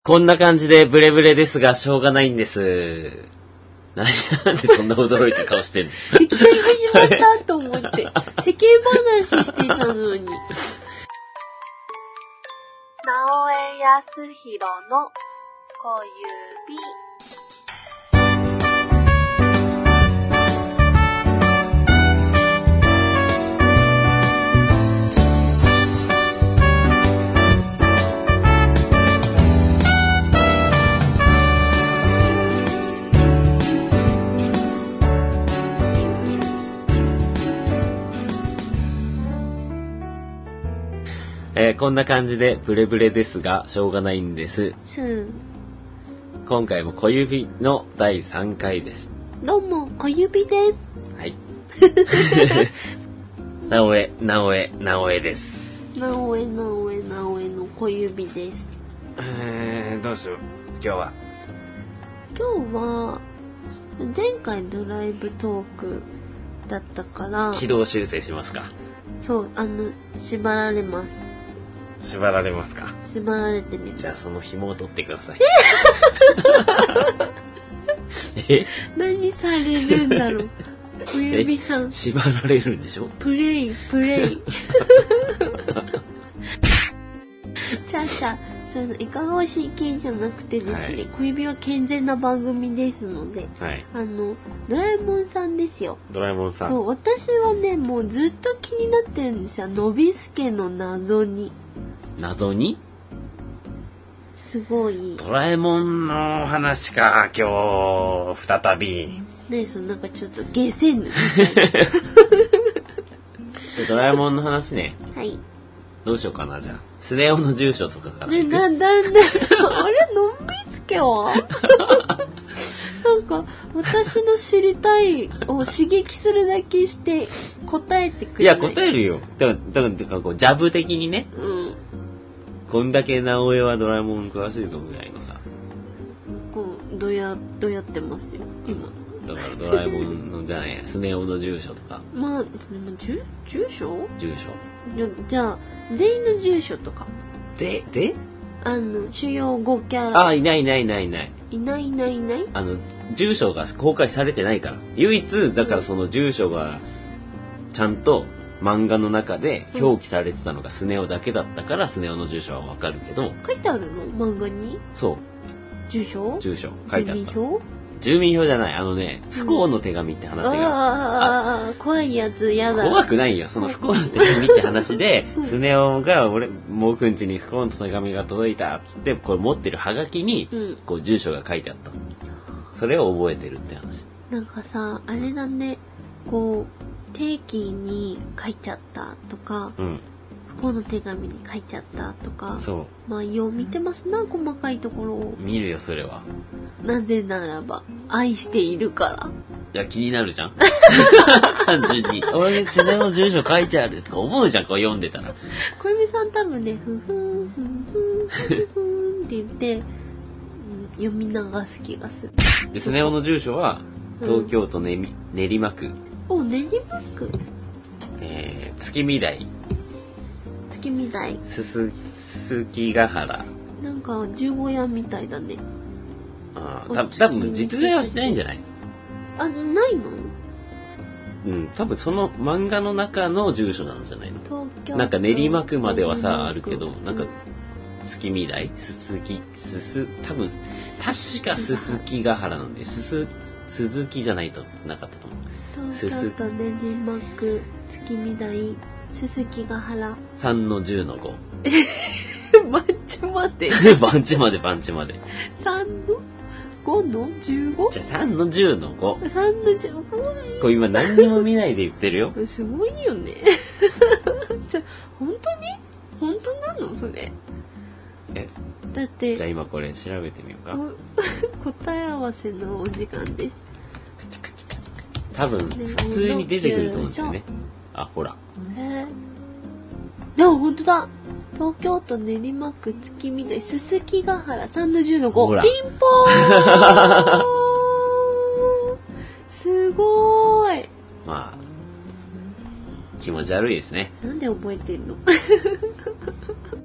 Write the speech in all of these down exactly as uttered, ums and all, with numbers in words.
こんな感じでブレブレですが、しょうがないんです。何なんでそんな驚いた顔してんの？ いきなり始まったと思って、世間話してたのに。直江康弘の小指。 えー、こんな感じでブレブレですがしょうがないんです。 うん、 今回も小指のだいさんかいです。 どうも小指です。 はい。直江直江直江です。 直江直江直江の小指です。 えー、どうしよう今日は。 今日は前回ドライブトークだったから軌道修正しますか。 そう、あの縛られます。 縛られますか。 縛られてみる。 じゃあその紐を取ってください。え何されるんだろう。小指さん。 縛られるんでしょ。 プレイプレイ。ちゃちゃ、そういうのいかがわしい系じゃなくてですね、はい、小指は健全な番組ですので、 はい、 あのドラえもんさんですよ。 ドラえもんさん。 そう、私はねもうずっと気になってるんですよ。のびすけの謎に。 謎に？ すごい。 ドラえもんの話か今日再び。 ねえ、そのなんかちょっとゲセンヌみたいな。 ドラえもんの話ね。 はい。 どうしようかな、じゃあ。スネ夫の住所とかから。 ね、な、なんで、あれ、のんびすけはなんか、私の知りたいを刺激するだけして答えてくれない。 いや、答えるよ。だから、だから、こう、ジャブ的にね。 うん。 こんだけ直江はドラえもん詳しいぞぐらいのさ。 こう、どや、どやってますよ、今。 だからドラえもんのじゃないや、スネ夫の住所とか。 まあ、住、住所住所。 じゃあ、全員の住所とか。 で、であの、主要ごキャラ。 あ、いないいないいないいない。 いないいないいないあの、住所が公開されてないから。唯一、だからその住所が、ちゃんと漫画の中で表記されてたのがスネ夫だけだったから、スネ夫の住所はわかるけど。 書いてあるの漫画に？ そう。 住所？ 住所。書いてあった。 住民票？ 住民票じゃない。あのね、不幸の手紙って話が。うん、 ああ、怖いやつ、やだ。 怖くないよ。その不幸の手紙って話で、スネ夫が、俺、もうくんちに不幸の手紙が届いたっつって、これ持ってるハガキに、こう、住所が書いてあった。それを覚えてるって話。 なんかさ、あれだね、こう、定期に書いちゃったとか、うん、不幸の手紙に書いちゃったとか、 そう。 まあ、よう見てますな、細かいところを。 見るよ、それは。 なぜならば、愛しているから。 いや、気になるじゃん。単純に。俺、自分の住所書いてあるとか思うじゃん、こう読んでたら。 小指さん多分ね、ふふん、ふんふん、ふんふんって言って、うん、読み流す気がする。 で、スネ夫の住所は、東京都練馬区。 お、練馬区。 えー、月見台。 月見台。 すす、すすきが原。 なんか、十五夜みたいだね。 ああ、た多分実在はしてないんじゃない？ あ、ないの？ うん、多分その漫画の中の住所なんじゃないの？東京。なんか練馬区まではさ、あるけど、なんか、月見台すすき、すす、多分、確かすすきが原なんで、すす、鈴木じゃないとなかったと思う。 東京都練馬区、月見台、すすきが原。 さんのじゅうのご。 番地まで番地まで番地まで。 さんのごのじゅうご？ じゃあさんのじゅうのご。 さんのじゅうご。 これ今何にも見ないで言ってるよ。 すごいよね。じゃあ、本当に本当なのそれ。 えだって。 じゃあ今これ調べてみようか。 答え合わせのお時間です。 多分、普通に出てくると思うんですよね。あ、ほら。 えー、あ、ほんとだ。東京都練馬区月見台すすきが原さんのじゅうのご。ピンポーンすごーい。 まあ、気持ち悪いですね。 なんで覚えてんの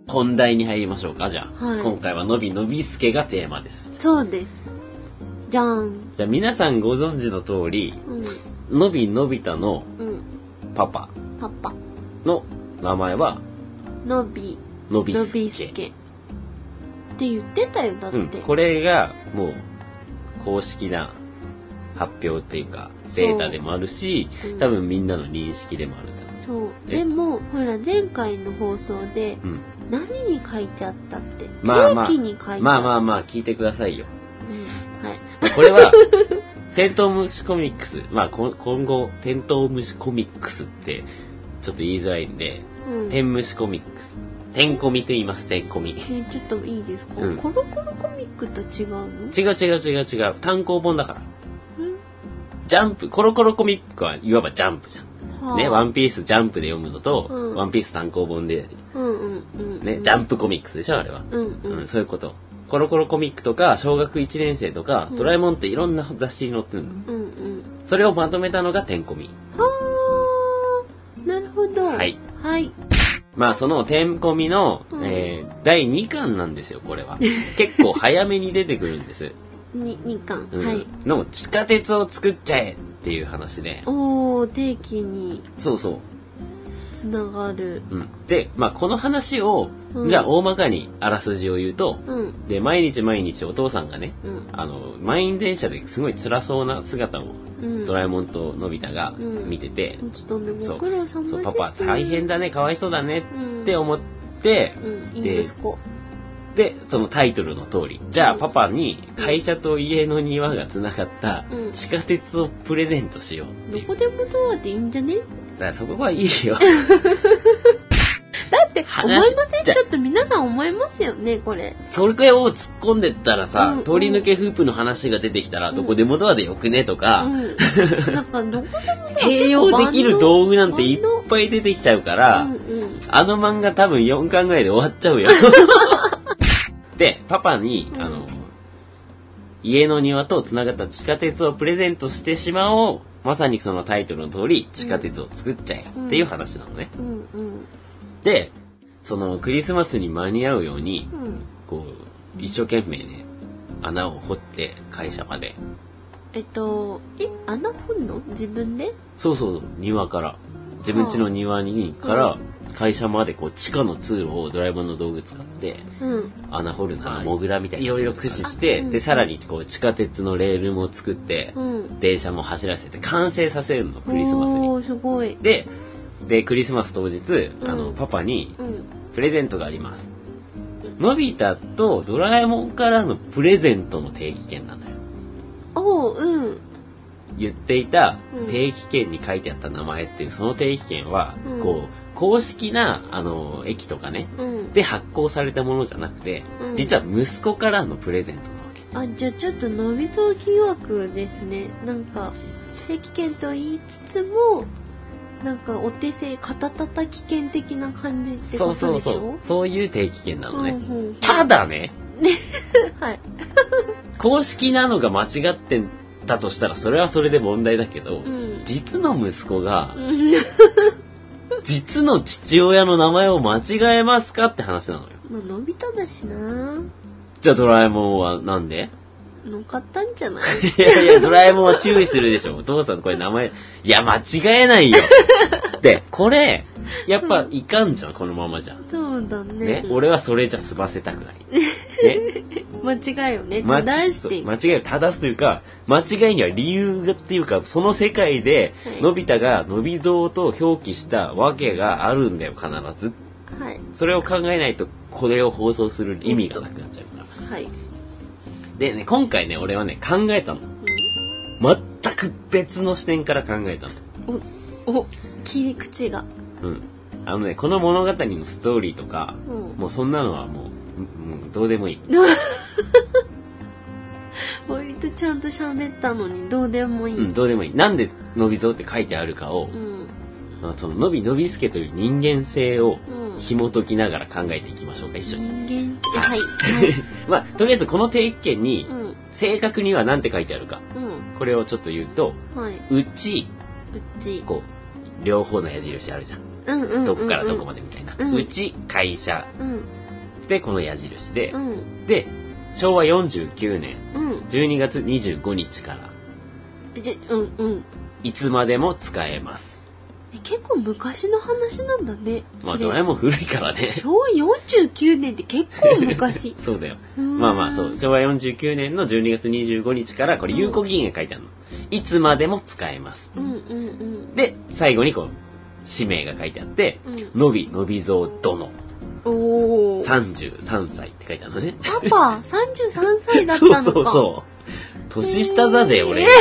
本題に入りましょうか、じゃあ。 はい、 今回はのびのびすけがテーマです。 そうです。じゃーん。 じゃあ皆さんご存知の通り、うん、のびのび太のパパの名前は、 のびのびすけって言ってたよ、だって、うん。 これがもう公式な発表っていうかデータでもあるし、うん、多分みんなの認識でもある。 そう。でもほら前回の放送で、うん、何に書いてあったって、 まあまあ、 ケーキに書いてあった。 まあまあまあ聞いてくださいよ。 うん、はい。 これはテントウムシコミックス、まあ今後テントウムシコミックスってちょっと言いづらいんで、うん、テンムシコミックス。テンコミと言います、テンコミ。 え、ちょっといいですか、うん、コロコロコミックと違うの？ 違う違う違う違う。単行本だから。ん？ジャンプ、コロコロコミックはいわばジャンプじゃん。はあ、ね、ワンピースジャンプで読むのと、うん、ワンピース単行本で、 うんうんうん、 ね、ジャンプコミックスでしょ、あれは。 うんうんうん、そういうこと。コロコロコミックとか、小学いちねん生とか、うん、ドラえもんっていろんな雑誌に載ってるの。 うんうん、 それをまとめたのがテンコミ。 はー、なるほど。 はい。 はい。 まあそのテンコミの、うん、えー、だいにかんなんですよ、これは。結構早めに出てくるんです。 に, にかん、 うん、 はい。 の地下鉄を作っちゃえっていう話で。 おー、定期に。 そうそう。 つながる。 うん。で、まあこの話を、うん、じゃあ大まかにあらすじを言うと、うん、で、毎日毎日お父さんがね、うん、あの、満員電車ですごい辛そうな姿を、うん、ドラえもんとのび太が見てて、 うん、そう、 そう、パパ大変だね、かわいそうだねって思って、 うん、で、いい息子。 で、そのタイトルの通り、じゃあパパに会社と家の庭がつながった地下鉄をプレゼントしようっていう。 どこでもドアでいいんじゃね？ だからそこはいいよ。 だって思いません？ちょっと皆さん思いますよね、これ。 それを突っ込んでったらさ、うんうん、通り抜けフープの話が出てきたら、うん、どこでもドアでよくねとか、うん、 なんかどこでもドア併用できる道具なんていっぱい出てきちゃうから、うんうん、あの漫画多分よんかんぐらいで終わっちゃうよ。で、パパに、うん、あの、家の庭と繋がった地下鉄をプレゼントしてしまおう。まさにそのタイトルの通り、地下鉄を作っちゃえっていう話なのね。 うんうん、 で、そのクリスマスに間に合うように、うん、こう、一生懸命ね、穴を掘って会社まで。 えっと、え、穴掘んの？自分で？ そうそうそう、庭から。自分家の庭にから、会社までこう地下の通路をドラえもんの道具使って、うん、穴掘るならモグラみたいにいろいろ駆使して、うん、で、さらにこう地下鉄のレールも作って、うん、電車も走らせて完成させるの、クリスマスに。 おー、すごい。 で、で、クリスマス当日、うん、あの、パパに、プレゼントがあります。のび太とドラえもんからのプレゼントの定期券なのよ。 おー、うん。 言っていた定期券に書いてあった名前っていう、その定期券は、うん、こう、公式な、あの、駅とかね、うん、で発行されたものじゃなくて、うん、実は息子からのプレゼントなわけ。 あ、じゃあちょっとのびそう疑惑ですね。なんか、定期券と言いつつも、なんかお手製、肩たたき券的な感じってことでしょ？そうそうそう。 そういう定期券なのね。うんうんうん、ただね、 はい。 公式なのが間違ってたとしたらそれはそれで問題だけど、うん、実の息子が、うん、実の父親の名前を間違えますかって話なのよ。 まあ、のび太だしな。 じゃあドラえもんはなんで？ のかったんじゃない？ いやいや、ドラえもんは注意するでしょ。お父さんこれ名前、いや間違えないよ。で、これ、やっぱいかんじゃん、このままじゃ。 そうだね。 ね、俺はそれじゃ済ませたくない。ね。 間違いをね、正していく。 間違いを正すというか、間違いには理由がっていうか、その世界で、のび太がのびぞうと表記したわけがあるんだよ、必ず。 はい。 それを考えないと、これを放送する意味がなくなっちゃうから。 はい。 でね、今回ね、俺はね、考えたの。うん、全く別の視点から考えたの。 お、お、切り口が。 うん。あのね、この物語のストーリーとか、うん、もうそんなのはもう、もうどうでもいい。 割とちゃんと喋ったのに、どうでもいい。 うん、どうでもいい。なんでのびぞうって書いてあるかを、うん、まあ、そののびのびすけという人間性を紐解きながら考えていきましょうか、一緒に。 人間性、はい。 まあ、とりあえずこの定期券に、うん、正確には何て書いてあるか、うん、これをちょっと言うと、はい、うち、 うち、 こう、両方の矢印あるじゃん。うんうんうんうん、どこからどこまでみたいな。うん、うち、会社、うん、 てこの矢印で、 うん、 で、しょうわよんじゅうきゅうねん、 うん、 じゅうにがつにじゅうごにちから、 じうんうん、 いつまでも使えます。 結構昔の話なんだね。 まあドラえもん古いからね。 しょうわよんじゅうきゅうねんって結構昔。 そうだよ。まあまあそう。しょうわよんじゅうきゅうねんのじゅうにがつにじゅうごにちから、これ有効期限が書いてあるの。いつまでも使えます。 うんうんうん。 で、最後にこう、氏名が書いてあって、うん、のびのびぞう殿。 おー。 さんじゅうさんさいって書いてあるのね。 パパ、さんじゅうさんさいだったのか。 そうそうそう。年下だぜ、俺。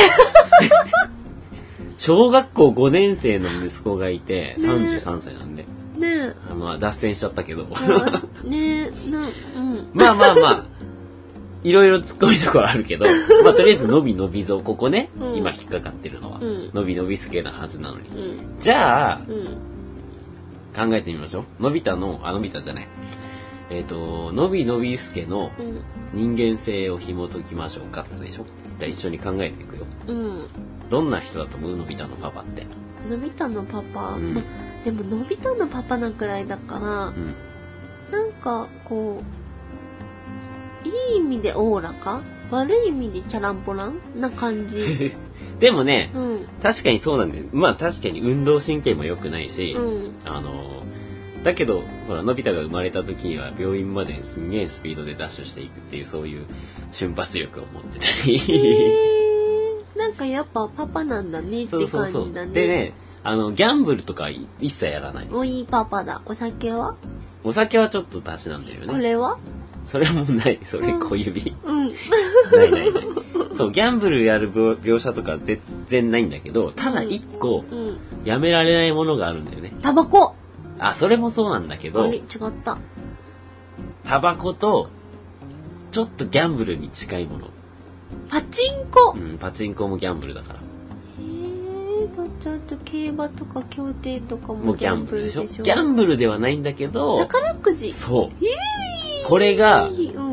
小学校ごねん生の息子がいて、さんじゅうさんさいなんで。 ねえ。まあ、脱線しちゃったけど。 ねえ、な、うん。 まあまあまあ、いろいろ突っ込みどころあるけど、まあとりあえずのびのびぞう、ここね、うん、今引っかかってるのは、うん、のびのびすけなはずなのに。うん、じゃあ、うん、考えてみましょう。のび太の、あ、のび太じゃない。えっ、ー、と、のびのびすけの人間性を紐解きましょうかってでしょ。じゃあ一緒に考えていくよ。うん。どんな人だと思う？のび太のパパって。 のび太のパパ、うん、ま、でものび太のパパなくらいだから、うん、なんかこういい意味でおおらか、悪い意味でチャランポランな感じ。 でもね、うん、確かにそうなんだよ。まあ確かに運動神経も良くないし、うん、あのだけどほらのび太が生まれた時には病院まですんげえスピードでダッシュしていくっていうそういう瞬発力を持ってたり。 なんかやっぱパパなんだねって感じだね。そうそうそう。 でね、あの、ギャンブルとか一切やらない。 おいいパパだ。お酒は？ お酒はちょっとたしなんだよね。 これは？ それもない。それ小指。 うん。 ないないない。そう、ギャンブルやる描写とか全然ないんだけど、ただ一個、うん、やめられないものがあるんだよね。 タバコ。 あ、それもそうなんだけど。 あれ、違った。 タバコと、ちょっとギャンブルに近いもの。 パチンコ。 うん、パチンコもギャンブルだから。へえ、だってあと競馬とか競艇とかもギャンブルでしょ。 ギャンブルではないんだけど。 宝くじ。 そう。へー。これが、うん、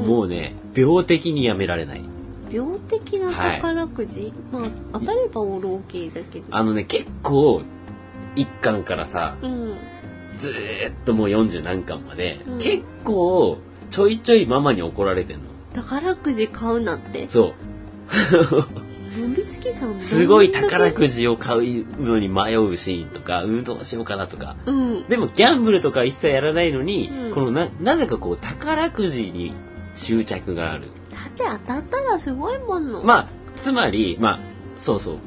もうね、病的にやめられない。 病的な宝くじ、はい、まあ、当たればオールオーケーだけど。 あのね、結構、一巻からさ、うん、ずーっともうよんじゅう何巻まで、うん、結構、ちょいちょいママに怒られてんの。 宝くじ買うなって。 そう。 のびすきさんすごい宝くじを買うのに迷うシーンとか、うん、どうしようかなとか。うん、でもギャンブルとか一切やらないのに、うん、このな、なぜかこう宝くじに執着がある。 だって当たったらすごいもの。 まあ、つまり、まあ、そうそう、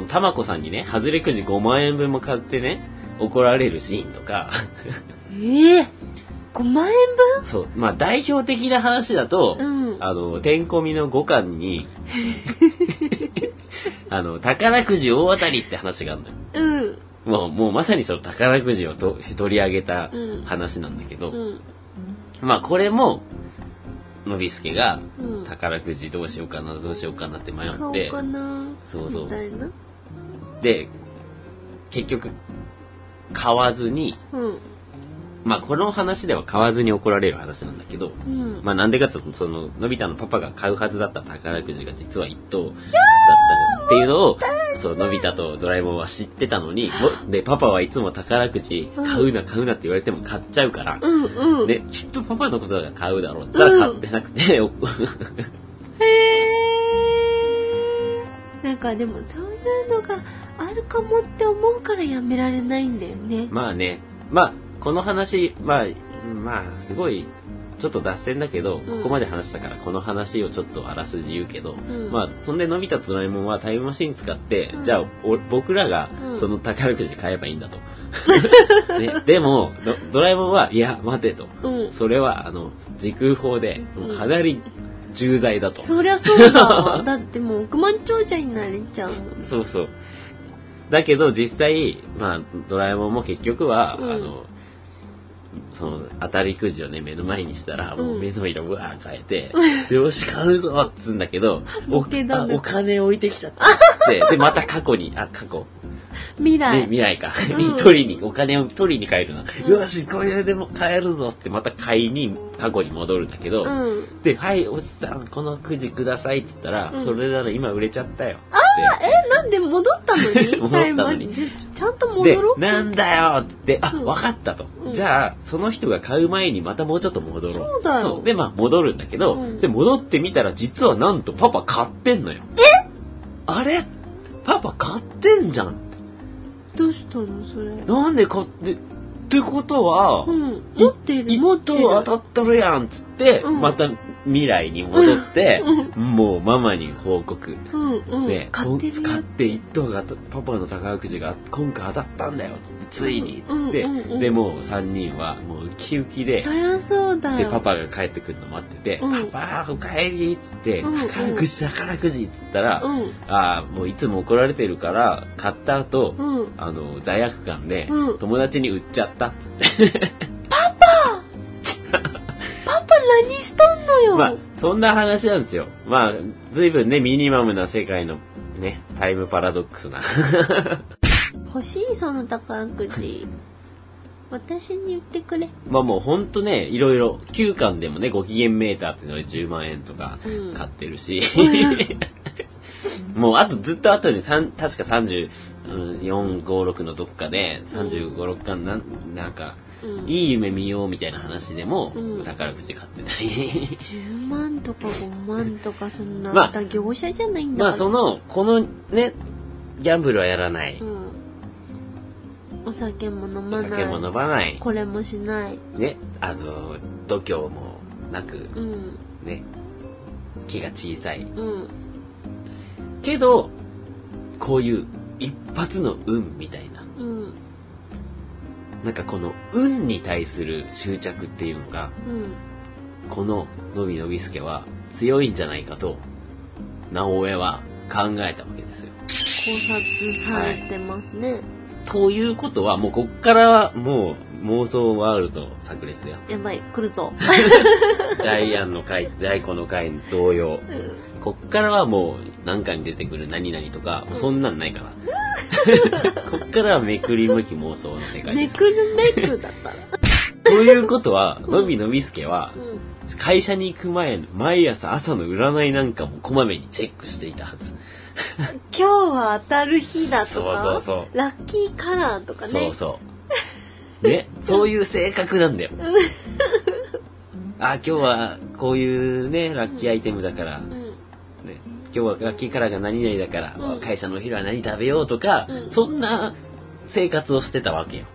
たまこさんにね、外れくじごまんえんぶんも買ってね、怒られるシーンとか。 ええー、ごまんえんぶん？ そう。まあ代表的な話だと、うん、あの、てんこみのごかんに、あの、宝くじ大当たりって話があるのよ。うん。もう、もうまさにその宝くじをと取り上げた話なんだけど、うんうん、まあこれも、のびすけが、宝くじどうしようかな、どうしようかなって迷って、買おうかな、 そうそう。 みたいな。 で、結局、買わずに、うん、まあこの話では買わずに怒られる話なんだけど、うん、まあなんでかっていうとそののび太のパパが買うはずだった宝くじが実は一等だったっていうのをそうのび太とドラえもんは知ってたのに、でパパはいつも宝くじ買うな買うなって言われても買っちゃうから、うんうん、できっとパパのことだから買うだろうって言ったら買ってなくて、うん、 へー、なんかでもそういうのがあるかもって思うからやめられないんだよね。 まあね、まあこの話、まあ、まあ、すごい、ちょっと脱線だけど、うん、ここまで話したからこの話をちょっとあらすじ言うけど、うん、まあ、そんでのび太とドラえもんはタイムマシン使って、うん、じゃあ僕らがその宝くじ買えばいいんだと。ね、でもド、ドラえもんは、いや、待てと。うん、それは、あの、時空法で、もうかなり重罪だと。 そりゃそうだわ。だってもう億万長者になれちゃう。 そうそう。だけど実際、まあ、ドラえもんも結局は、うん、あの、その当たりくじをね目の前にしたら、うん、もう目の色うわー変えて、うん、よし買うぞっつうんだけど、お, あお金置いてきちゃったってでまた過去にあ過去未来。 ね、未来か。 うん取りに、お金を取りに帰るな。 うんよし、これでも買えるぞってまた買いに過去に戻るんだけど、 うん。 で、はい、おじさん、このくじくださいって言ったら、 うんそれなら今売れちゃったよ。 ああ、え、なんで戻ったのに戻ったのにタイムでちゃんと戻でろ、う。 なんだよって言って、あ、 うんわかったと。 うんじゃあ、その人が買う前にまたもうちょっと戻ろう。 そうだよで、まあ、戻るんだけど、 うんで、戻ってみたら、実はなんとパパ買ってんのよ。 えあれパパ買ってんじゃん。 どうしたのそれ。 なんで買って、ってことは、 うん。持ってる、持ってる。 当たったるやんっつって、 うんまた未来に戻って、 うもうママに報告。 うんうん。 で、 買ってるよ。 買って一等がパパの宝くじが今回当たったんだよついに、 うんで、 うんうんうんでもうさんにんはもうウキウキで、 そりゃそうだよ。 でパパが帰ってくるの待ってて、 うんパパおかえりっつって、 うんうん宝くじ宝くじって言ったら、 うんああもういつも怒られてるから買った後、 うん。 あの罪悪感で、 うん友達に売っちゃったっつってパパパパ何しとんのよ。 まあそんな話なんですよ。まあ随分ねミニマムな世界のねタイムパラドックスな欲しいその宝くじ。私に言ってくれ。 まあもうほんとねいろいろきゅうかんでもねご機嫌メーターっていうのでじゅうまんえんとかうん買ってるし、もうあとずっと後にさん確かさんじゅうよん、ご、ろくのどっかでさんじゅうご、ろっかんなんなんかうん、 いい夢見ようみたいな話でも、 うん宝くじ買ってたりじゅうまんとかごまんとかそんな、 まあまた業者じゃないんだから。 まあそのこのねギャンブルはやらない、 うん。お酒も飲おまない。 酒も飲まないこれもしない。 ねあの度胸もなくうん。 ね気が小さいうん。 けどこういう一発の運みたいなうん。 なんかこの運に対する執着っていうのがうん。 こののびのびすけは強いんじゃないかと直江は考えたわけですよ。 考察されてますね。 ということはもうこっからはもう妄想ワールド炸裂だよ。 やばい、来るぞ。 ジャイアンの回、ジャイコの回同様。 うんこっからはもう何かに出てくる何々とか、もうそんなんないから。こっからはめくり向き妄想の世界です。 めくるめくだったら。 ということは、のびのびすけはう、ん。 会社に行く前の毎朝朝の占いなんかもこまめにチェックしていたはず。 今日は当たる日だとか、 そうそうそうラッキーカラーとかね。 そうそう。ね、そういう性格なんだよ。あ、今日はこういうね、ラッキーアイテムだから、 うん。うん。 ね、今日はラッキーカラーが何々だから、 うん会社のお昼は何食べようとか、 うんそんな生活をしてたわけよ。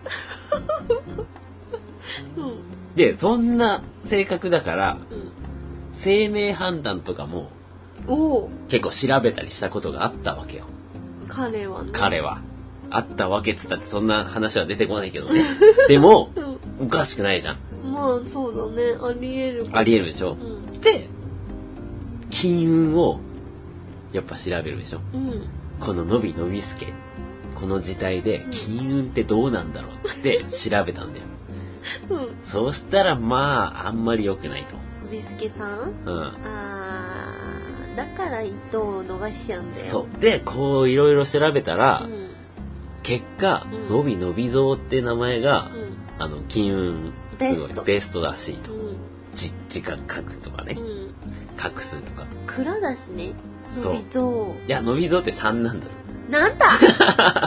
うん。 で、そんな性格だから、 うん。 生命判断とかもおお、 結構調べたりしたことがあったわけよ。 彼はね。 彼は。あったわけっつったってそんな話は出てこないけどね。でも、 うん。 おかしくないじゃん。 まあ、そうだね。あり得る。 あり得るでしょ。 うん。 で、金運をやっぱ調べるでしょ。 うん。 こののびのびすけ、この時代で金運ってどうなんだろうって調べたんだよ。 うん。 そうしたらまああんまり良くないと。 ビスケさんうん。 あー、だから一等を逃しちゃうんだよ。 そう。で、こういろいろ調べたら、 うん。 結果、 うんのびのびぞうって名前が、 うん。 あの、金運、 ベストすごいベストらしいと。 うん。 じ、字が書くとかね。 うん。 画数とか。 蔵だしね。 そうのびぞいや、のびぞうってさんなんだ。 う。なんだ何 ?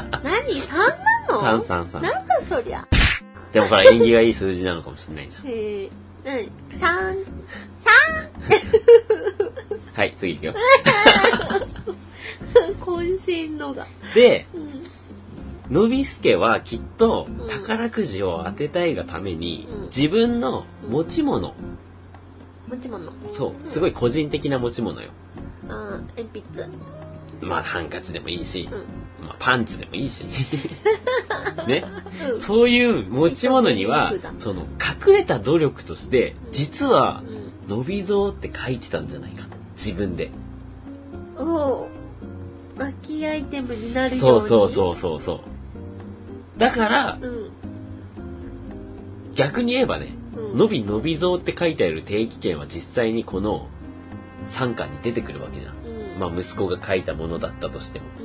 さん なのさんさんさん。 なんだそりゃ。 でもほら、縁起がいい数字なのかもしれないじゃん。 へえ。何 ?さん、 はい、次行くよ。 渾身のが。 で、 うん。 のびすけはきっとうん宝くじを当てたいがために、 うん自分の持ち物、 持ち物。 そう、すごい個人的な持ち物よ。 あー、鉛筆。 まあハンカチでもいいし、 うん。 まあパンツでもいいし。ね、 うん。 そういう持ち物にはいい子だ、 その隠れた努力として、実はうん。 のびぞうって書いてたんじゃないか。自分で。 おー。ラッキーアイテムになるよそううに。 そうそうそうそう。だから、 うん。 逆に言えばね、 うん。 のびのびぞうって書いてある定期券は実際にこの参加に出てくるわけじゃん。 うん。 まあ息子が書いたものだったとしても。 うん。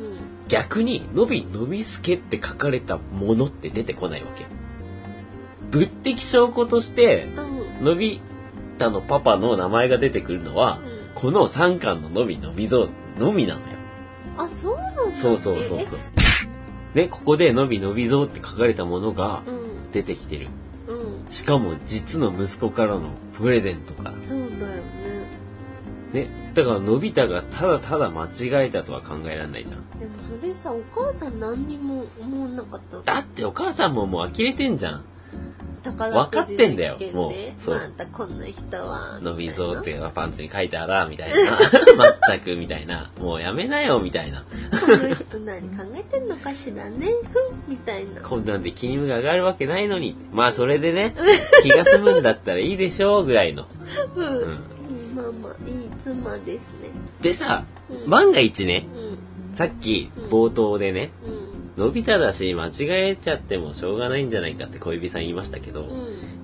逆に、のびのびすけって書かれたものって出てこないわけ。物的証拠として、うん、のび太のパパの名前が出てくるのは、うん、このさんかんののびのび像のみなのよ。 あ、そうなんだ。 そうそうそうそう。ね、ここでのびのび像って書かれたものが出てきてる。うん。しかも実の息子からのプレゼントか。 そうだよね。 ね、だからのび太がただただ間違えたとは考えられないじゃん。 でもそれさ、お母さん何にも思わなかったの？ だってお母さんももう呆れてんじゃん。だから分かってんだよ、もう。 そう。またこんな人は。 のびぞってパンツに書いてあら、みたいな。まったく、みたいな。もうやめなよ、みたいな。 この人何考えてんのかしらね、ふん、みたいな。 こんなんで気にが上がるわけないのに。まあそれでね、気が済むんだったらいいでしょう、ぐらいの。 うん。うん、まあまあ、いい妻ですね。 でさ、うん、万が一ね、うん、さっき冒頭でね、うんのび太だし、間違えちゃってもしょうがないんじゃないかって小指さん言いましたけど、うん、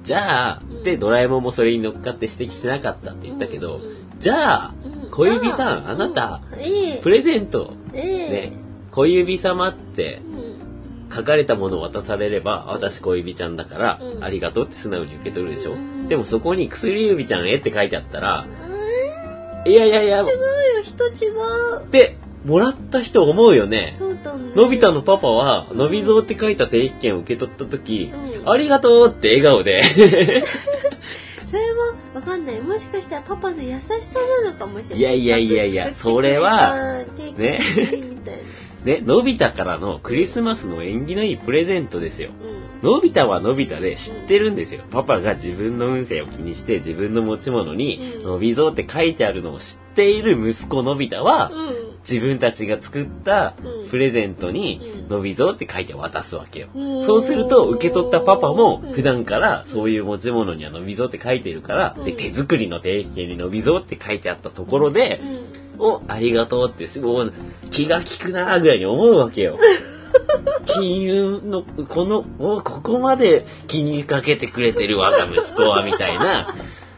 じゃあ、うん、で、ドラえもんもそれに乗っかって指摘しなかったって言ったけど、うん、じゃあ、うん、小指さん、あなた、うん、プレゼント、えー、ね、小指様って書かれたものを渡されれば、私小指ちゃんだから、うん、ありがとうって素直に受け取るでしょ。うん、でもそこに薬指ちゃんへって書いてあったら、うん、いやいやいや、 違うよ、人違う。 で、もらった人思うよね。 そうだね。 のび太のパパは、のびぞうって書いた定期券を受け取ったとき、うん、ありがとうって笑顔で。 それは、わかんない。もしかしたらパパの優しさなのかもしれない。いやいやいやいや、それは、ね。ね、のび太からのクリスマスの縁起のいいプレゼントですよ。うん、のび太はのび太で知ってるんですよ。うん、パパが自分の運勢を気にして自分の持ち物に、うん、のびぞうって書いてあるのを知っている息子のび太は、うん、自分たちが作ったプレゼントに、のびぞうって書いて渡すわけよ。うん、そうすると、受け取ったパパも、普段からそういう持ち物にはのびぞうって書いてるから、うん、で、手作りの定期券にのびぞうって書いてあったところで、うん、お、ありがとうって、すごい気が利くなーぐらいに思うわけよ。金融の、この、お、ここまで気にかけてくれてる我が息子は、みたいな。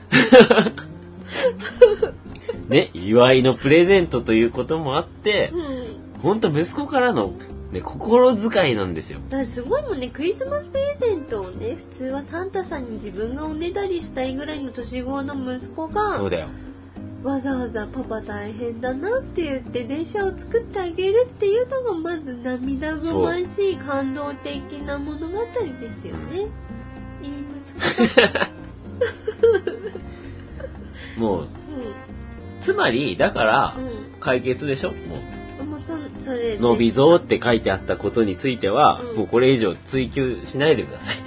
ね、祝いのプレゼントということもあって、うん、ほんと息子からの、ね、心遣いなんですよ。 だからすごいもんね、クリスマスプレゼントをね、普通はサンタさんに自分がおねだりしたいぐらいの年頃の息子が、 そうだよ。 わざわざパパ大変だなって言って電車を作ってあげるっていうのがまず涙ぐましい感動的な物語ですよね。いい息子だ。 もう、うん、つまり、だから、解決でしょ、もう。 もうそ、それのびぞうって書いてあったことについては、うん、もうこれ以上追求しないでください。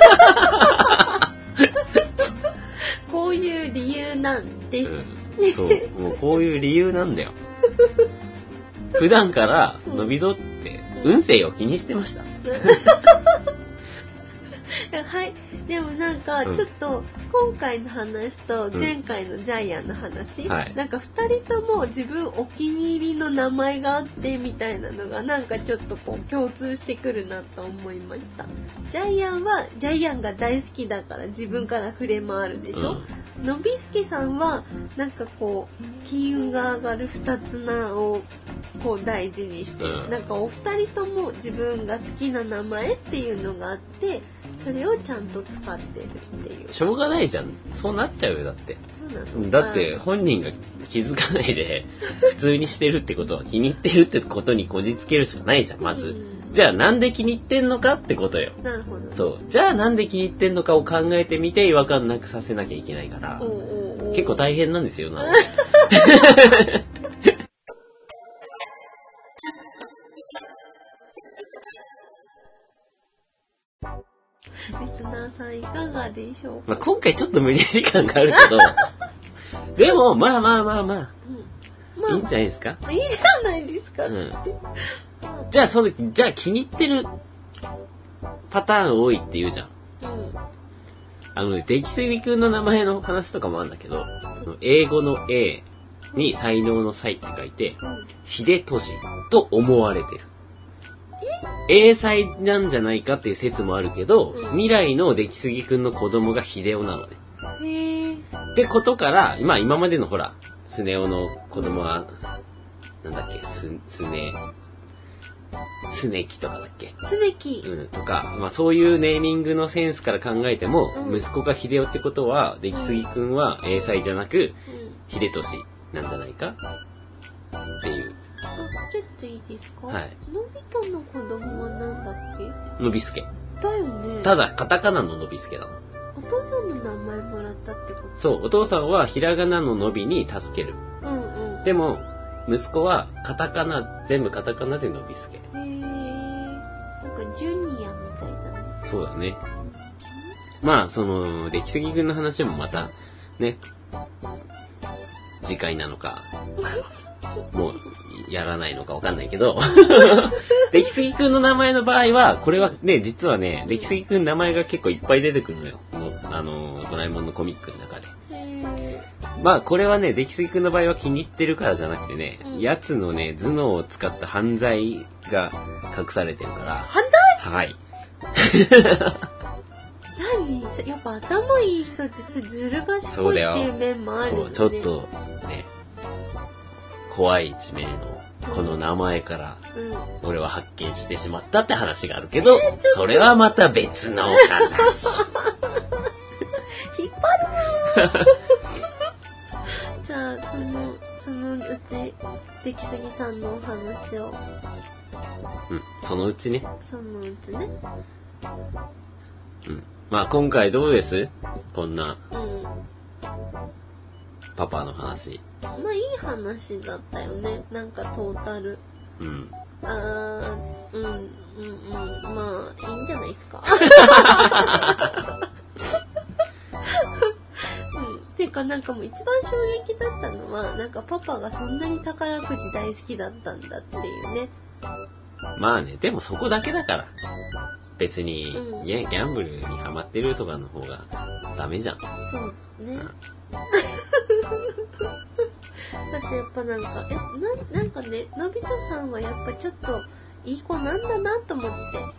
こういう理由なんです。 うん、そう、もうこういう理由なんだよ。普段からのびぞうって運勢を気にしてました。 はい。でもなんか、ちょっと、今回の話と前回のジャイアンの話、うんはい、なんか二人とも自分お気に入りの名前があってみたいなのが、なんかちょっとこう共通してくるなと思いました。ジャイアンは、ジャイアンが大好きだから自分から触れ回るでしょ、うん、のびすけさんは、なんかこう、金運が上がる二つ名をこう大事にして、うん、なんかお二人とも自分が好きな名前っていうのがあって、それをちゃんと使ってるっていう。 しょうがないじゃん。そうなっちゃうよ、だって。 そうなの？ だって本人が気づかないで普通にしてるってことは気に入ってるってことにこじつけるしかないじゃん、まず。じゃあなんで気に入ってんのかってことよ。 なるほど。 そう。じゃあなんで気に入ってんのかを考えてみて違和感なくさせなきゃいけないから。おうおうおう結構大変なんですよ、なので。 リスナーさんいかがでしょうか。 まあ、今回ちょっと無理やり感があるけど、でもまあまあまあまあ、うんまあ、いいんじゃないですか。 いいじゃないですか、うん、 じゃあそのじゃあ気に入ってるパターン多いって言うじゃん。うん、あの出来すぎくんの名前の話とかもあるんだけど、英語の A に才能の才って書いて、うん、秀俊と思われてる。英才なんじゃないかっていう説もあるけど、うん、未来の出来すぎくんの子供が秀夫なのね。へー。ってことから、まあ今までのほら、スネ夫の子供は、なんだっけ、ス、スネ、 スネキとかだっけ？ スネキ。 うん、とか、まあそういうネーミングのセンスから考えても、 うん、 息子が秀夫ってことは、出来すぎくんは英才じゃなく、うん、秀俊なんじゃないかっていう。 あ、ちょっといいですか？ はい。 のび太の子供はなんだっけ？ のびすけ。 だよね。 ただ、カタカナののびすけだ。 お父さんの名前もらったってこと？ そう、お父さんはひらがなののびに助ける。 うんうん。 でも、息子はカタカナ、全部カタカナでのびすけ。へー。なんかジュニアみたいだね。 そうだね。まあ、その、出来すぎくんの話もまた、ね、次回なのか、もう、やらないのかわかんないけど、出来すぎくんの名前の場合は、これはね、実はね、出来すぎくん名前が結構いっぱい出てくるのよ。あの、ドラえもんのコミックの中で。まあ、これはね、出来すぎくんの場合は気に入ってるからじゃなくてね、うん、やつのね、頭脳を使った犯罪が隠されてるから。 犯罪？ はい。 何？やっぱ頭いい人ってずる賢いっていう面もあるよね。 そう、ちょっとね、怖い一面のこの名前から、うん、俺は発見してしまったって話があるけど、えー、それはまた別のお話。 引っ張るなじゃあ、その、そのうち、出来すぎさんのお話を。 うん、そのうちね。 そのうちね。 うん。まあ今回どうです？こんな、うん、パパの話。 まあいい話だったよね。なんかトータル。 うん。 あー、うん、うん、うん。まあ、いいんじゃないですか。うん。ていうかなんかもう一番衝撃だったのは、なんかパパがそんなに宝くじ大好きだったんだっていうね。 まあね、でもそこだけだから。別に、 うん、 ギャンブルにハマってるとかの方がダメじゃん。 そうですね。うんだってやっぱなんか、え、な、なんかね、のび太さんはやっぱちょっといい子なんだなと思って、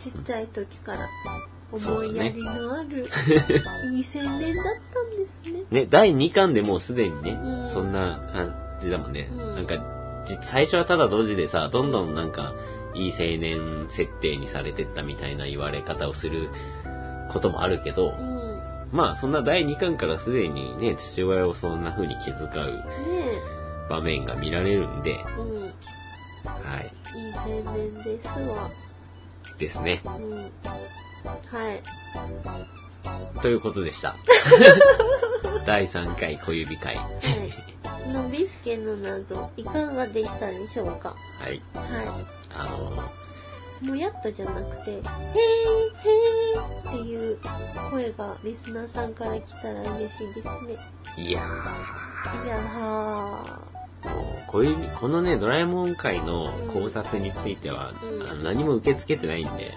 ちっちゃい時から思いやりのある、ね、いい青年だったんですね。 ね、だいにかんでもうすでにね、 うん、 そんな感じだもんね。 うん、 なんか、最初はただ同時でさ、どんどんなんか、いい青年設定にされてったみたいな言われ方をすることもあるけど、うん、まあそんなだいにかんからすでにね、父親をそんな風に気遣う場面が見られるんで、 うん、 はい。 いい青年ですわ。 ですね。 うん、はい。 ということでした。だいさんかい小指会。はい。 のびすけの謎、いかがでしたでしょうか？ はい。 はい。 あのー、もやっとじゃなくて、へーへーっていう声がリスナーさんから来たら嬉しいですね。 いやー。いやー。 もうこういう、このね、ドラえもん界の考察については、うん、あの何も受け付けてないんで。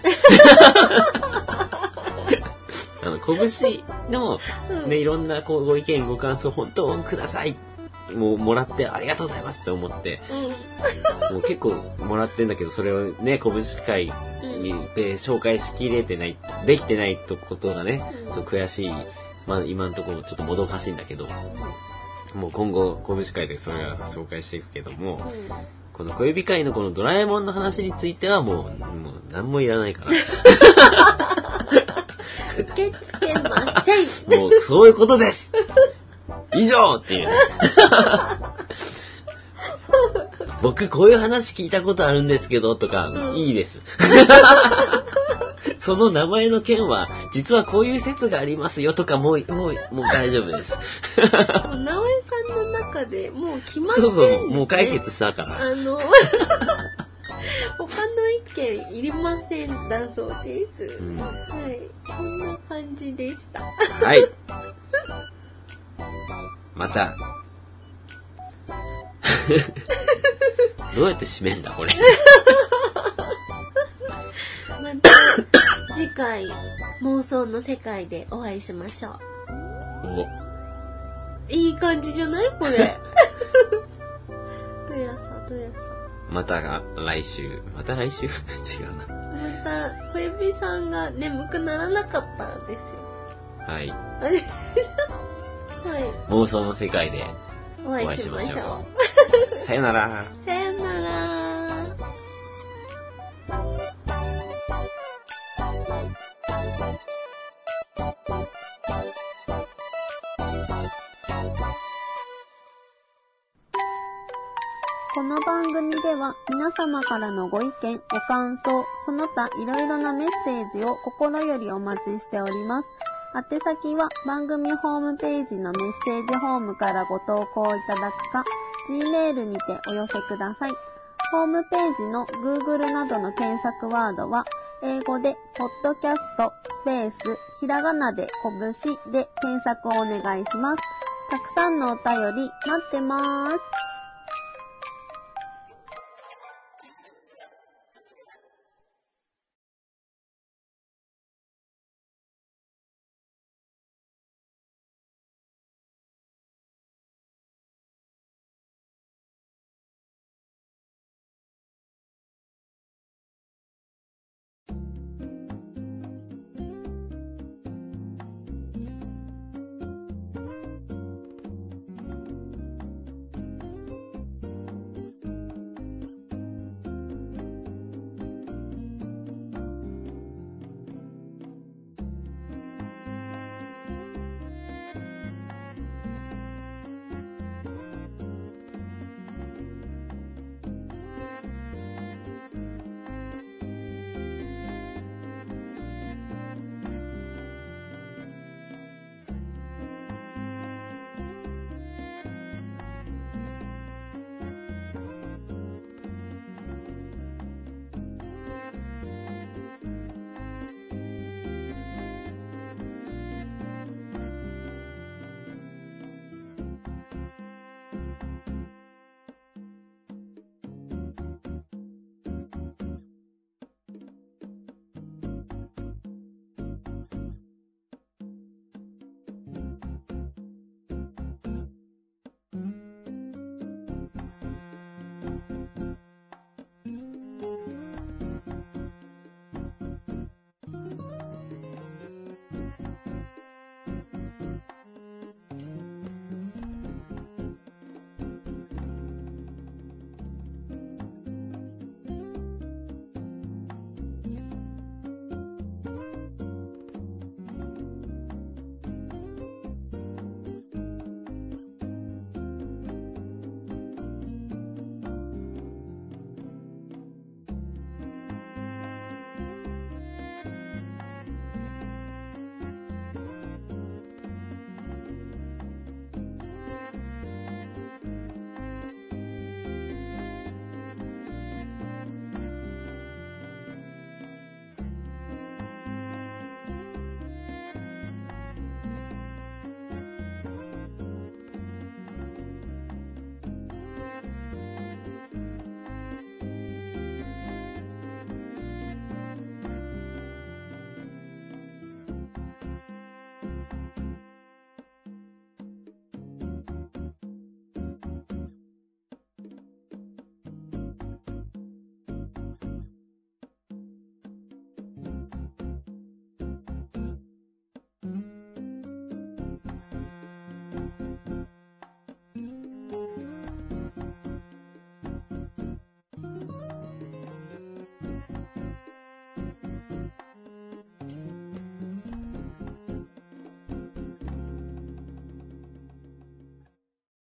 あの、拳の、ね、いろんなこうご意見、ご感想、本当ください。もうもらってありがとうございますって思って、うん、もう結構もらってんだけど、それをね、拳会にで紹介しきれてない、できてないとことがね、うん、そう悔しい。まあ今のところちょっともどかしいんだけど、うん、もう今後拳会でそれは紹介していくけども、うん、この小指会のこのドラえもんの話についてはもう、もう何もいらないから。 受け付けません。 もうそういうことです。以上っていう。僕こういう話聞いたことあるんですけどとか、うん、いいです。その名前の件は実はこういう説がありますよとかもうもうもう大丈夫です。 もう直江さんの中でもう決まってるんですね。 そうそうもう解決したから。 あの他の意見いりませんだそうです。うん、はい、こんな感じでした。 はい。また。どうやって締めんだこれ。 また次回妄想の世界でお会いしましょう。お、いい感じじゃないこれ。どやさどやさ。 またが来週、また来週違うな。 また小指さんが眠くならなかったんですよ。 はい。 はい。 妄想の世界でお会いしましょう。 さよなら。 さよなら。 この番組では皆様からのご意見、ご感想、その他いろいろなメッセージを心よりお待ちしております。宛先は番組ホームページのメッセージホームからご投稿いただくか、Gmail にてお寄せください。ホームページの Google などの検索ワードは、英語で、ポッドキャスト、スペース、ひらがなで、こぶしで検索をお願いします。たくさんのお便り待ってます。